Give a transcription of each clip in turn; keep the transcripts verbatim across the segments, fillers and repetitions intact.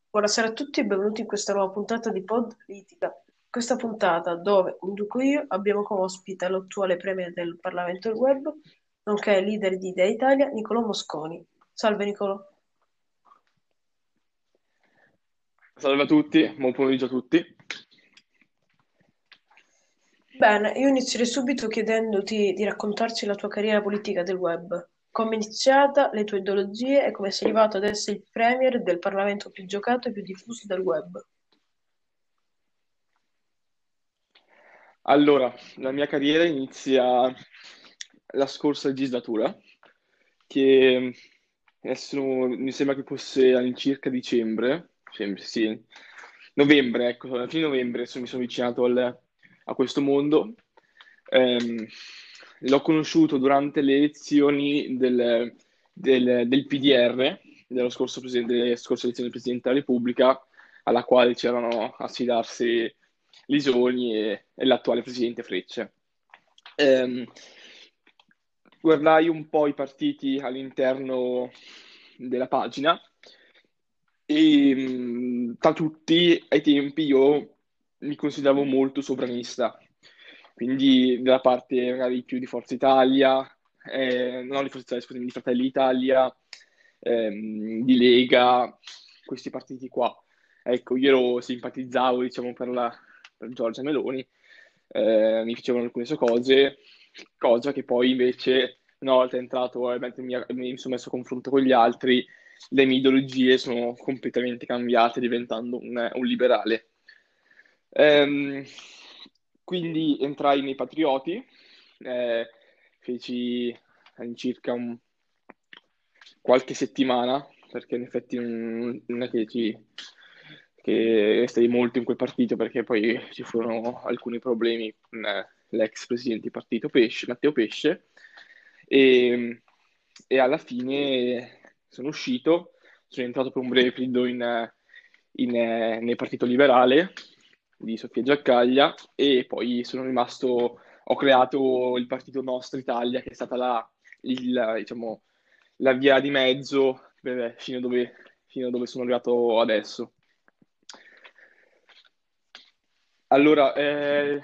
Buonasera a tutti e benvenuti in questa nuova puntata di Pod Politica. Questa puntata, dove conduco io, abbiamo come ospite l'attuale premier del Parlamento del Web, nonché leader di Idea Italia, Nicolò Mosconi. Salve Nicolò. Salve a tutti, buon pomeriggio a tutti. Bene, io inizierei subito chiedendoti di raccontarci la tua carriera politica del web. Come è iniziata, le tue ideologie e come sei arrivato ad essere il premier del Parlamento più giocato e più diffuso del web. Allora, la mia carriera inizia la scorsa legislatura, che adesso mi sembra che fosse all'incirca dicembre, sempre, sì, novembre, ecco, alla fine novembre adesso mi sono avvicinato al- a questo mondo. Ehm, L'ho conosciuto durante le elezioni del, del- del P D R, dello scorso presidente, delle scorse elezioni del Presidente della Repubblica, alla quale c'erano a sfidarsi Lisoni e, e l'attuale presidente Frecce. Ehm, Guardai un po' i partiti all'interno della pagina e mh, tra tutti ai tempi io mi consideravo molto sovranista, quindi della parte magari più di Forza Italia, eh, non di Forza Italia, scusami, di Fratelli d'Italia, ehm, di Lega, questi partiti qua. Ecco, io ero- simpatizzavo, diciamo, per la, per Giorgia Meloni, eh, mi piacevano alcune sue cose, cosa che poi invece, una volta entrato e mentre mi, mi sono messo a confronto con gli altri, le mie ideologie sono completamente cambiate, diventando un, un liberale. Ehm, quindi entrai nei Patrioti, eh, feci all'incirca un- qualche settimana, perché in effetti non, non è che ci che stai molto in quel partito, perché poi ci furono alcuni problemi con eh, l'ex presidente di partito Pesce, Matteo Pesce, e, e alla fine sono uscito, sono entrato per un breve periodo in, in, eh, nel Partito Liberale di Sofia Giaccaglia e poi sono rimasto, ho creato il partito Nostra Italia, che è stata la, il, diciamo, la via di mezzo per- fino a dove, fino a dove sono arrivato adesso. Allora, eh,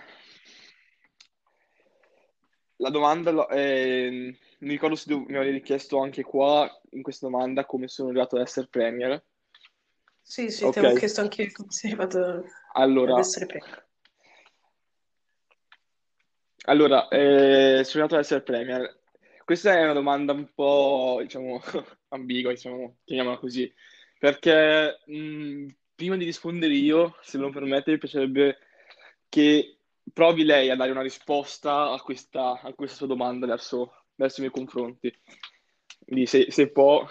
la domanda, lo- eh, mi ricordo se tu mi avevi chiesto anche qua, in questa domanda, come sono arrivato ad essere premier. Sì, sì, ti Ok, avevo chiesto anche io come sei arrivato ad allora, essere premier. allora eh, sono arrivato ad essere premier. Questa è una domanda un po', diciamo, ambigua, diciamo, chiamiamola così, perché mh, prima di rispondere io, se me lo permette, mi piacerebbe che provi lei a dare una risposta a questa, a questa sua domanda verso, verso i miei confronti. Quindi se, se può.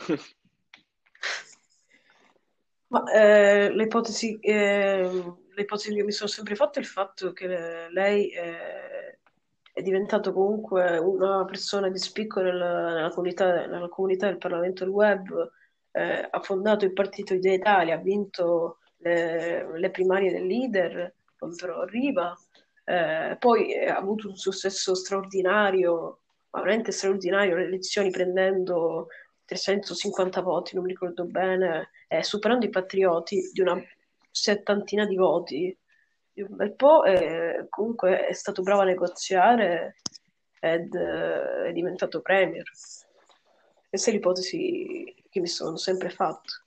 Ma eh, l'ipotesi eh, l'ipotesi che mi sono sempre fatta è il fatto che lei eh, è diventato comunque una persona di spicco nel- nella comunità, nella comunità del Parlamento del Web, eh, ha fondato il partito Idea Italia, ha vinto le, le primarie del leader contro Riva, eh, poi eh, ha avuto un successo straordinario, ma veramente straordinario, le elezioni prendendo trecentocinquanta voti, non mi ricordo bene, eh, superando i patrioti di una settantina di voti, di un bel po', e comunque è stato bravo a negoziare ed eh, è diventato premier. Questa è l'ipotesi che mi sono sempre fatto.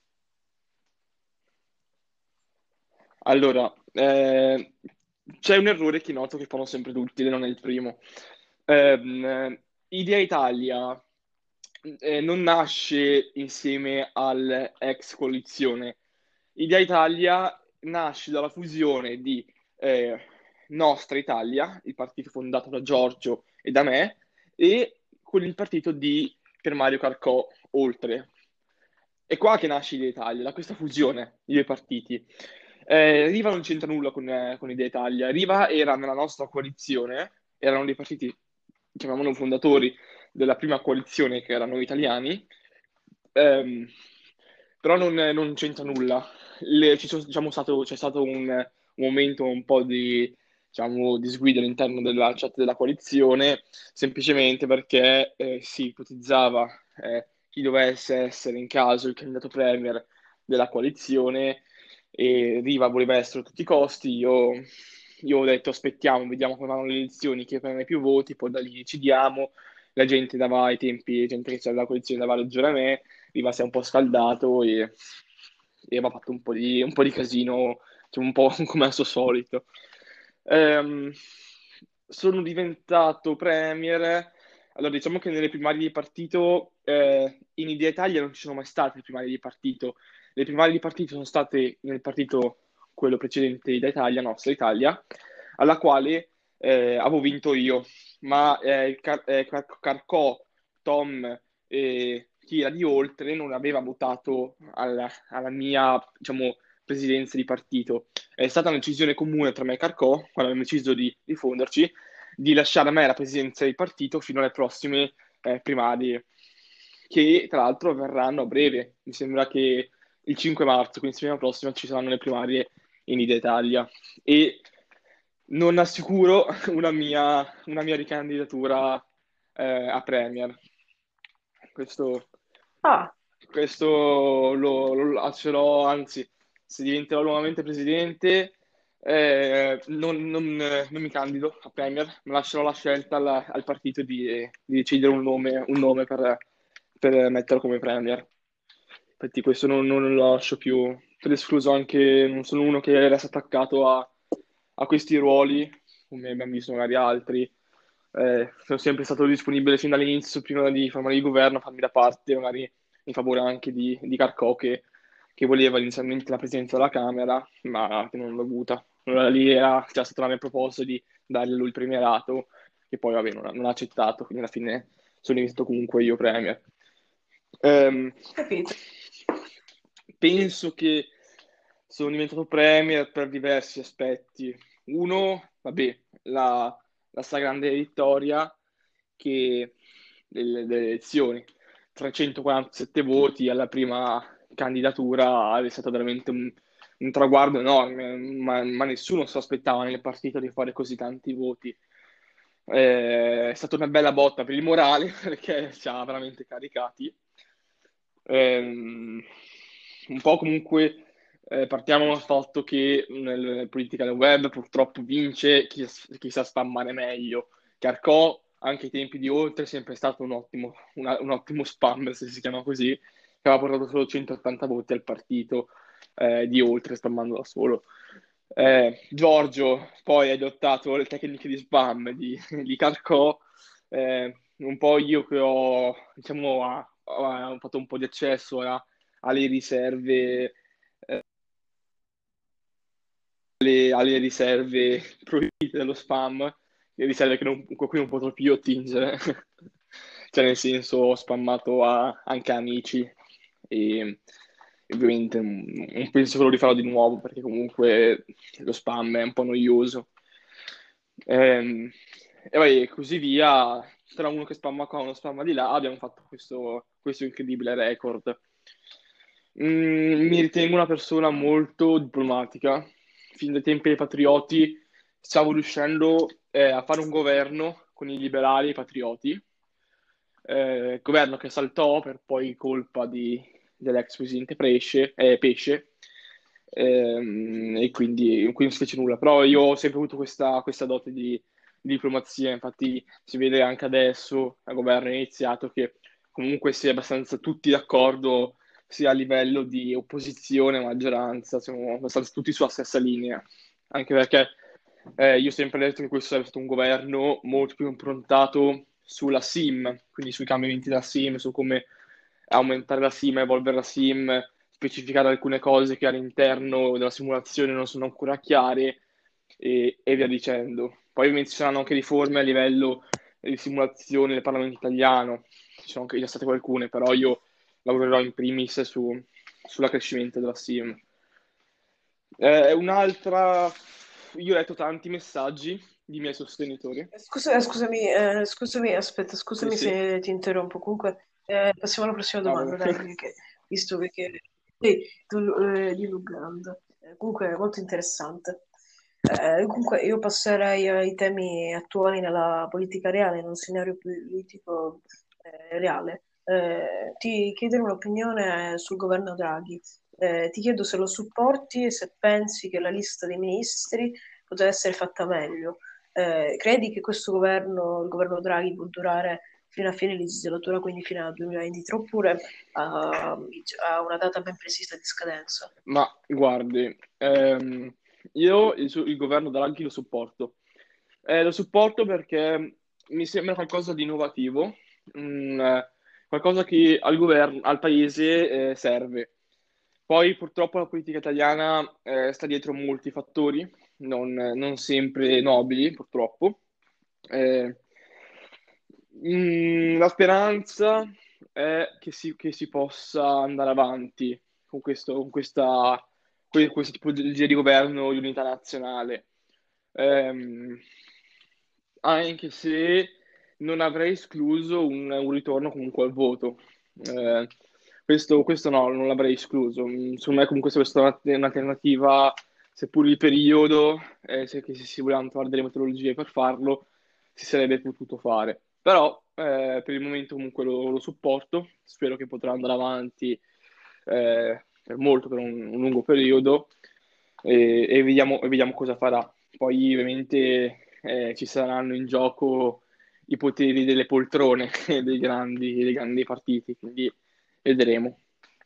Allora, eh, c'è un errore che noto che fanno sempre tutti, e non è il primo. Ehm, eh, Idea Italia eh, non nasce insieme all'ex coalizione. Idea Italia nasce dalla fusione di eh, Nostra Italia, il partito fondato da Giorgio e da me, e con il partito di Pier Mario Carcò, oltre. È qua che nasce Idea Italia, da questa fusione di due partiti. Eh, Riva non c'entra nulla con, eh, con Idea Italia. Riva era nella nostra coalizione, erano dei partiti, chiamiamolo fondatori della prima coalizione, che erano italiani, ehm, però non, non c'entra nulla. Le- ci sono- diciamo, stato- c'è stato un, un momento un po' di, diciamo, di sguido all'interno della chat della coalizione, semplicemente perché eh, si ipotizzava eh, chi dovesse essere in caso il candidato premier della coalizione e Riva voleva essere a tutti i costi. Io, io ho detto aspettiamo, vediamo come vanno le elezioni, chi prende più voti, poi da lì decidiamo. La gente dava ai tempi, la gente che c'era la coalizione dava ragione a me, Riva si è un po' scaldato e, e aveva fatto un po' di, un po' di casino, cioè un po' come al suo solito. Ehm, sono diventato premier. Allora, diciamo che nelle primarie di partito, eh, in Idea Italia non ci sono mai state le primarie di partito. Le primarie di partito sono state nel partito, quello precedente Idea Italia, Nostra Italia, alla quale eh, avevo vinto io, ma eh, Car- eh, Car- Carcò, Tom e chi era di oltre non aveva votato alla, alla mia, diciamo, presidenza di partito. È stata una decisione comune tra me e Carcò, quando abbiamo deciso di rifonderci, di lasciare a me la presidenza del partito fino alle prossime eh, primarie, che tra l'altro verranno a breve. Mi sembra che il cinque marzo, quindi settimana prossima, ci saranno le primarie in Italia. E non assicuro una mia, una mia ricandidatura eh, a Premier. Questo, Ah, questo lo, lo ce l'ho, anzi, se diventerò nuovamente presidente, eh, non, non- non mi candido a Premier, ma lascerò la scelta al, al partito di, di decidere un nome, un nome per, per metterlo come Premier. Infatti questo non, non lo lascio più per escluso, anche non sono uno che resta attaccato a, a questi ruoli, come abbiamo visto magari altri. Eh, sono sempre stato disponibile fin dall'inizio, prima di formare il governo, a farmi da parte, magari in favore anche di, di Carcò, che, che voleva inizialmente la presidenza della Camera, ma che non l'ho avuta. Allora, lì era già stata la mia proposta di dargli lui il premierato, che poi vabbè, non ha, non ha accettato, quindi alla fine sono diventato comunque io premier. Ehm, capito. penso che sono diventato premier per diversi aspetti. Uno, vabbè, la, la stragrande vittoria che delle, delle elezioni, trecentoquarantasette voti alla prima candidatura è stato veramente un, un traguardo enorme, ma, ma nessuno si aspettava nel partito di fare così tanti voti. Eh, è stata una bella botta per il morale perché ci ha veramente caricati. Ehm, un po' comunque eh, partiamo dal fatto che nel politica del web purtroppo vince chi, chi sa spammare meglio. Carcò, anche ai tempi di Oltre, è sempre stato un ottimo, una- un ottimo spammer, se si chiama così, che aveva portato solo centottanta voti al partito eh, di Oltre, spammando da solo. Eh, Giorgio poi ha adottato le tecniche di spam di, di Carcò, eh, un po' io che ho, diciamo, ha- ho fatto un po' di accesso a- alle riserve, alle, alle riserve proibite dello spam, le riserve che non, con cui non potrò più attingere. Cioè, nel senso, ho spammato a- anche amici e ovviamente non, non penso che lo rifarò di nuovo perché comunque lo spam è un po' noioso. Ehm, e vai, così via, tra uno che spamma qua, uno spamma di là, abbiamo fatto questo, questo incredibile record. Mm, mi ritengo una persona molto diplomatica. Fin dai tempi dei patrioti stavo riuscendo eh, a fare un governo con i liberali e i patrioti, eh, governo che saltò per poi colpa di- dell'ex presidente Pesce, eh, Pesce, ehm, e quindi, quindi non si fece nulla. Però io ho sempre avuto questa, questa dote di, di diplomazia, infatti si vede anche adesso, il governo è iniziato, che comunque si è abbastanza tutti d'accordo sia a livello di opposizione, maggioranza, siamo abbastanza tutti sulla stessa linea, anche perché eh, io ho sempre detto che questo sarebbe stato un governo molto più improntato sulla SIM, quindi sui cambiamenti della SIM, su come aumentare la SIM, evolvere la SIM, specificare alcune cose che all'interno della simulazione non sono ancora chiare e, e via dicendo. Poi ovviamente ci saranno anche riforme a livello di simulazione del Parlamento italiano, ci sono anche già state alcune, però io lavorerò in primis su, sull'accrescimento della SIM. Eh, un'altra, io ho letto tanti messaggi di miei sostenitori. Scusa, scusami, eh, scusami, aspetta, Sì, scusami sì. se ti interrompo. Comunque, eh, passiamo alla prossima Ah, domanda, vabbè. dai, perché, visto che sì, tu, eh, di Lugand. Eh, comunque, molto interessante. Eh, comunque, io passerei ai temi attuali nella politica reale, in un scenario politico eh, reale. Eh, ti chiederò un'opinione sul governo Draghi. Eh, ti chiedo se lo supporti e se pensi che la lista dei ministri poteva essere fatta meglio. Eh, credi che questo governo, il governo Draghi, può durare fino a fine legislatura, quindi fino al duemilaventitré, oppure ha, ha una data ben precisa di scadenza? Ma guardi, ehm, io il, su- il governo Draghi lo supporto. Eh, lo supporto perché mi sembra qualcosa di innovativo, mm, eh, qualcosa che al governo, al paese, eh, serve. Poi purtroppo la politica italiana, eh, sta dietro molti fattori, non, non sempre nobili, purtroppo. Eh, mm, la speranza è che si, che si possa andare avanti con questo, con questa, que- questo tipo di di governo di unità nazionale. Ehm, Anche se non avrei escluso un, un ritorno comunque al voto. Eh, questo, questo no, non l'avrei escluso. Mm, Secondo me comunque se questa è un'alternativa, seppur di periodo, eh, se, che se si volevano trovare delle metodologie per farlo, si sarebbe potuto fare. Però eh, per il momento comunque lo, lo supporto, spero che potrà andare avanti eh, per molto, per un, un lungo periodo e, e vediamo, e vediamo cosa farà. Poi ovviamente eh, ci saranno in gioco i poteri delle poltrone dei grandi, dei grandi partiti, quindi vedremo.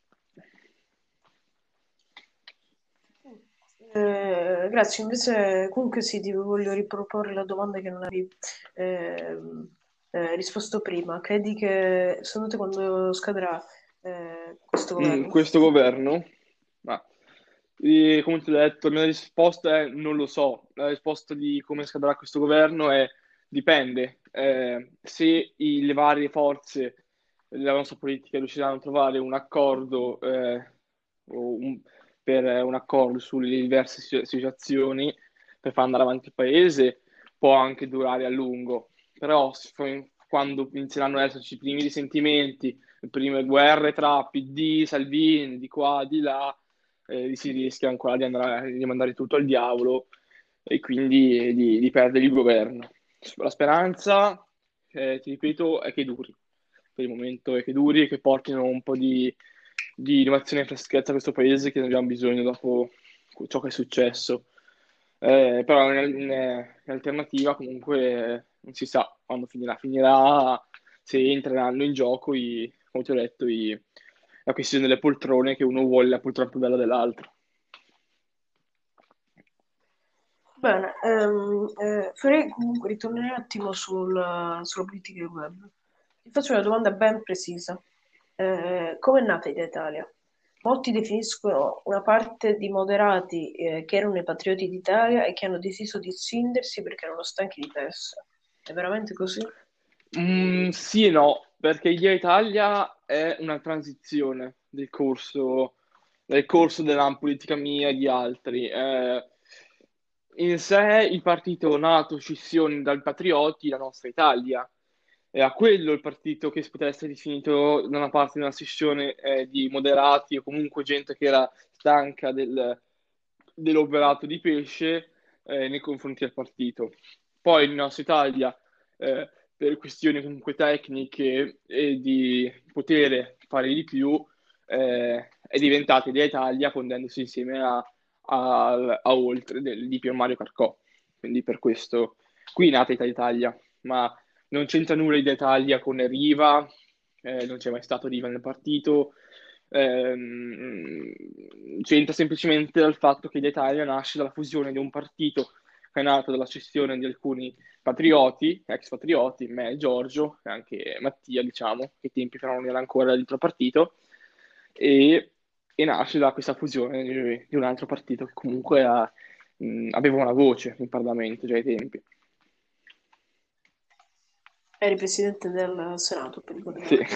Eh, grazie, invece comunque sì, ti voglio riproporre la domanda che non avevi ehm, eh, risposto prima. Credi che secondo te quando scadrà eh, questo Mm, governo? questo governo, ma eh, come ti ho detto, la mia risposta è non lo so. La risposta di come scadrà questo governo è dipende. Eh, se i- le varie forze della nostra politica riusciranno a trovare un accordo, eh, o un- per un accordo sulle diverse situ- situazioni per far andare avanti il paese, può anche durare a lungo. Però se- quando inizieranno ad esserci i primi risentimenti, le prime guerre tra P D, Salvini, di qua, di là, eh, si rischia ancora di andare, di mandare tutto al diavolo e quindi di, di perdere il governo. La speranza, eh, ti ripeto, è che duri. Per il momento è che duri e che portino un po' di, di innovazione e freschezza a questo paese che ne abbiamo bisogno dopo ciò che è successo. Eh, però in, in- in alternativa comunque eh, non si sa quando finirà. Finirà se entreranno in gioco, i, come ti ho detto, i- la questione delle poltrone, che uno vuole la poltrona più bella dell'altro. Bene, ehm, eh, farei comunque ritornare un attimo sul- sulla politica web. Ti faccio una domanda ben precisa. Eh, come è nata Idea Italia? Molti definiscono una parte di moderati eh, che erano i patrioti d'Italia e che hanno deciso di scindersi perché erano stanchi di P E S. È veramente così? Mm, sì e no, perché Idea Italia è una transizione del corso, del corso della politica mia e di altri. Eh, in sé il partito nato scissione dal Patrioti, la nostra Italia. Era quello il partito che si poteva essere definito da una parte di una scissione eh, di moderati o comunque gente che era stanca del- dell'operato di pesce eh, nei confronti del partito. Poi in nostra Italia, eh, per questioni comunque tecniche e di potere fare di più, eh, è diventata Idea Italia fondendosi insieme a, a- a Oltre del, di Pier Mario Carcò. Quindi per questo qui è nata Italia Italia, ma non c'entra nulla Idea Italia con Riva, eh, non c'è mai stato Riva nel partito. Ehm, c'entra semplicemente dal fatto che Idea Italia nasce dalla fusione di un partito che è nato dalla cessione di alcuni patrioti, ex patrioti, me, Giorgio e anche Mattia, diciamo, che ai tempi però non era ancora dentro il partito, e, e nasce da questa fusione di, di un altro partito che comunque ha- mh, aveva una voce in Parlamento già ai tempi. Eri presidente del Senato, per Sì. ricordare.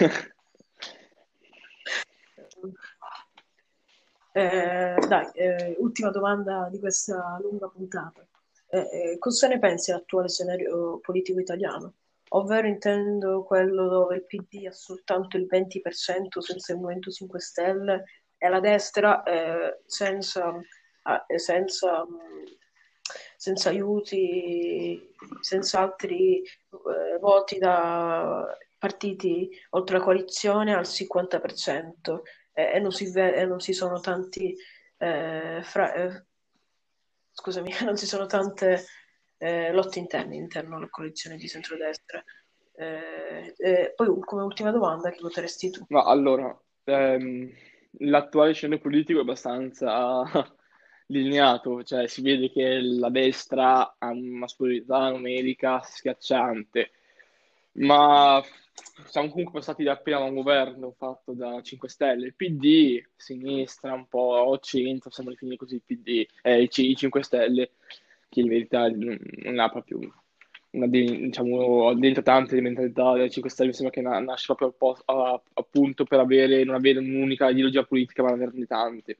Eh, dai, eh, ultima domanda di questa lunga puntata. Eh, eh, cosa ne pensi dell'attuale scenario politico italiano? Ovvero intendo quello dove il P D ha soltanto il venti per cento senza il Movimento cinque Stelle e la destra eh, senza, ah, eh, senza, mh, senza aiuti, senza altri eh, voti da partiti oltre la coalizione al cinquanta per cento. e, e non si ve- e non si sono tanti eh, fra- eh, scusami, non ci sono tante eh, lotte interne all'interno della coalizione di centrodestra. Eh, eh, poi, come ultima domanda, chi voteresti tu? Ma allora, ehm, l'attuale scenario politico è abbastanza lineato, cioè si vede che la destra ha una superiorità numerica schiacciante, ma siamo comunque passati da appena da un governo fatto da cinque Stelle, il P D, sinistra, un po' centro, sembra definire così il P D, eh, i C- i cinque Stelle, che in verità non non ha proprio una di- diciamo, dentro tante di mentalità del cinque Stelle, mi sembra che na- nasce proprio appo- a- appunto per avere, non avere un'unica ideologia politica, ma averne tante.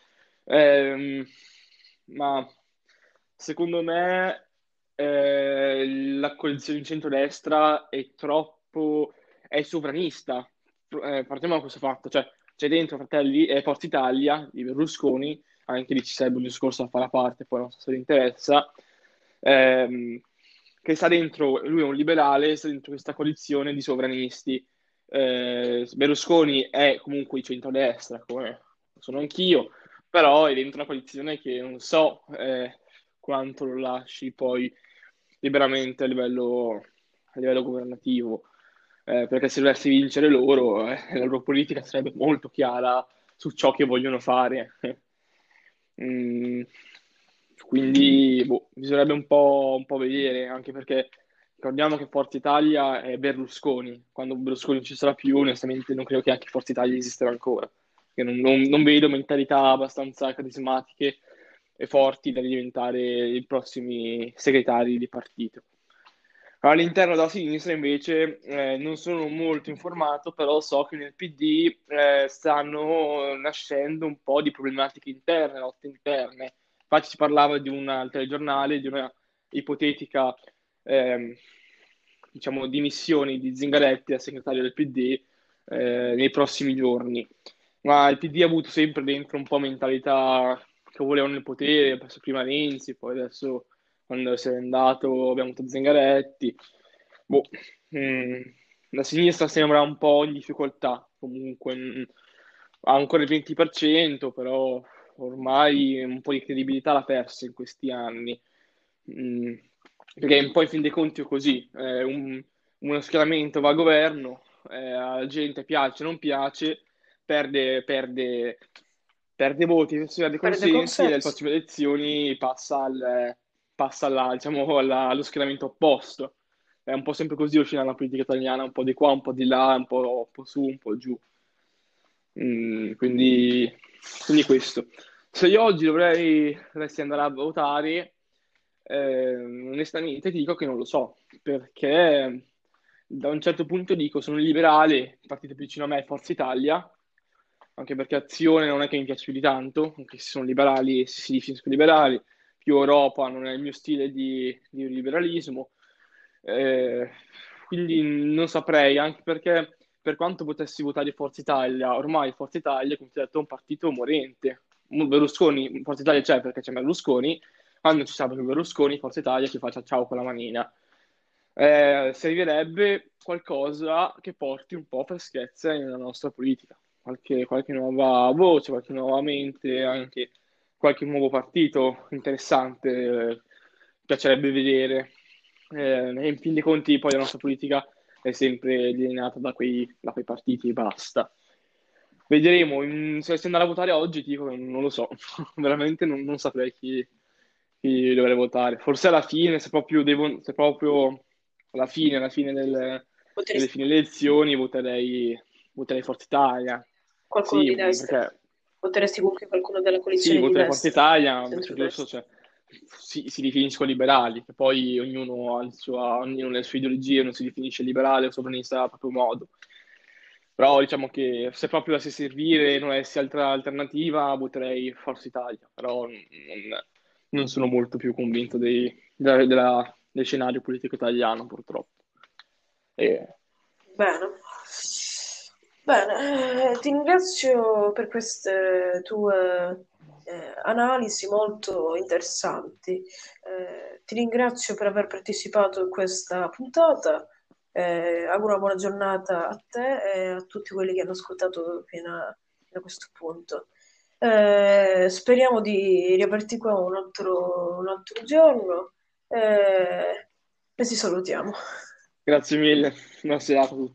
Ehm, ma secondo me eh, la coalizione di centrodestra è troppo, è sovranista. Eh, partiamo da questo fatto, cioè c'è dentro Fratelli e Forza Italia di Berlusconi, anche lì ci sarebbe un discorso da fare a parte, poi non so se vi interessa, ehm, che sta dentro, lui è un liberale, sta dentro questa coalizione di sovranisti. Eh, Berlusconi è comunque di centrodestra, come sono anch'io, però è dentro una coalizione che non so eh, quanto lo lasci poi liberamente a livello, a livello governativo. Eh, perché se dovessi vincere loro, eh, la loro politica sarebbe molto chiara su ciò che vogliono fare. Mm, quindi boh, bisognerebbe un po', un po' vedere, anche perché ricordiamo che Forza Italia è Berlusconi. Quando Berlusconi non ci sarà più, onestamente non credo che anche Forza Italia esisterà ancora. Perché non, non- non vedo mentalità abbastanza carismatiche e forti da diventare i prossimi segretari di partito. All'interno della sinistra invece eh, non sono molto informato, però so che nel P D eh, stanno nascendo un po' di problematiche interne, lotte interne. Infatti si parlava di un al telegiornale, di una ipotetica ehm, diciamo, dimissioni di Zingaretti, al segretario del P D, eh, nei prossimi giorni. Ma il P D ha avuto sempre dentro un po' mentalità che volevano il potere, penso prima Renzi, poi adesso quando se n'è andato abbiamo avuto Zingaretti. Boh, mm, la sinistra sembra un po' in difficoltà, comunque mm, ha ancora il venti per cento, però ormai un po' di credibilità l'ha persa in questi anni. Mm, perché un po' in fin dei conti è così, eh, un- uno schieramento va a governo, eh, alla gente piace o non piace, perde, perde, perde voti, perde Perde consensi e alle consenso. prossime elezioni passa, al, passa alla- diciamo, alla- allo schieramento opposto. È un po' sempre così lo scenario della politica italiana, un po' di qua, un po' di là, un po', un po' su, un po' giù. Mm, quindi, quindi questo. Se io oggi dovrei, dovessi andare a votare, eh, onestamente ti dico che non lo so, perché da un certo punto dico sono liberale, il partito più vicino a me è Forza Italia, anche perché Azione non è che mi piace più di tanto, anche se sono liberali e si definiscono liberali, più Europa non è il mio stile di, di liberalismo. Eh, quindi non saprei, anche perché per quanto potessi votare Forza Italia, ormai Forza Italia è considerato un partito morente. Berlusconi, Forza Italia c'è perché c'è Berlusconi, quando ci sarà più Berlusconi, Forza Italia ci faccia ciao con la manina. Eh, servirebbe qualcosa che porti un po' freschezza nella nostra politica, qualche, qualche nuova voce, qualche nuova mente, anche qualche nuovo partito interessante, eh, piacerebbe vedere. Eh, e in fin dei conti poi la nostra politica è sempre delineata da quei, da quei partiti e basta. Vedremo, in- se si andare a votare oggi, ti dico che non lo so, veramente non, non saprei chi, chi dovrei votare. Forse alla fine, se proprio devo, se proprio alla fine, alla fine del- delle Potresti fine elezioni, voterei, voterei Forza Italia. qualcuno Sì, di destra? perché Voteresti comunque qualcuno della sì, coalizione di voterei Forza destra? Italia, perché giusto, Centrodestra? cioè, si, si definiscono liberali, che poi ognuno ha, il suo, ognuno ha le sue ideologie, non si definisce liberale o sovranista a proprio modo. Però diciamo che se proprio dovessi servire e non avessi altra alternativa, voterei Forza Italia, però non, non sono molto più convinto dei- della- della- del scenario politico italiano, purtroppo. E- Bene. Bene, eh, ti ringrazio per queste tue eh, analisi molto interessanti. Eh, ti ringrazio per aver partecipato a questa puntata. Eh, auguro una buona giornata a te e a tutti quelli che hanno ascoltato fino a da questo punto. Eh, speriamo di riaverti qua un altro, un altro giorno eh, e ci salutiamo. Grazie mille, buona serata a tutti.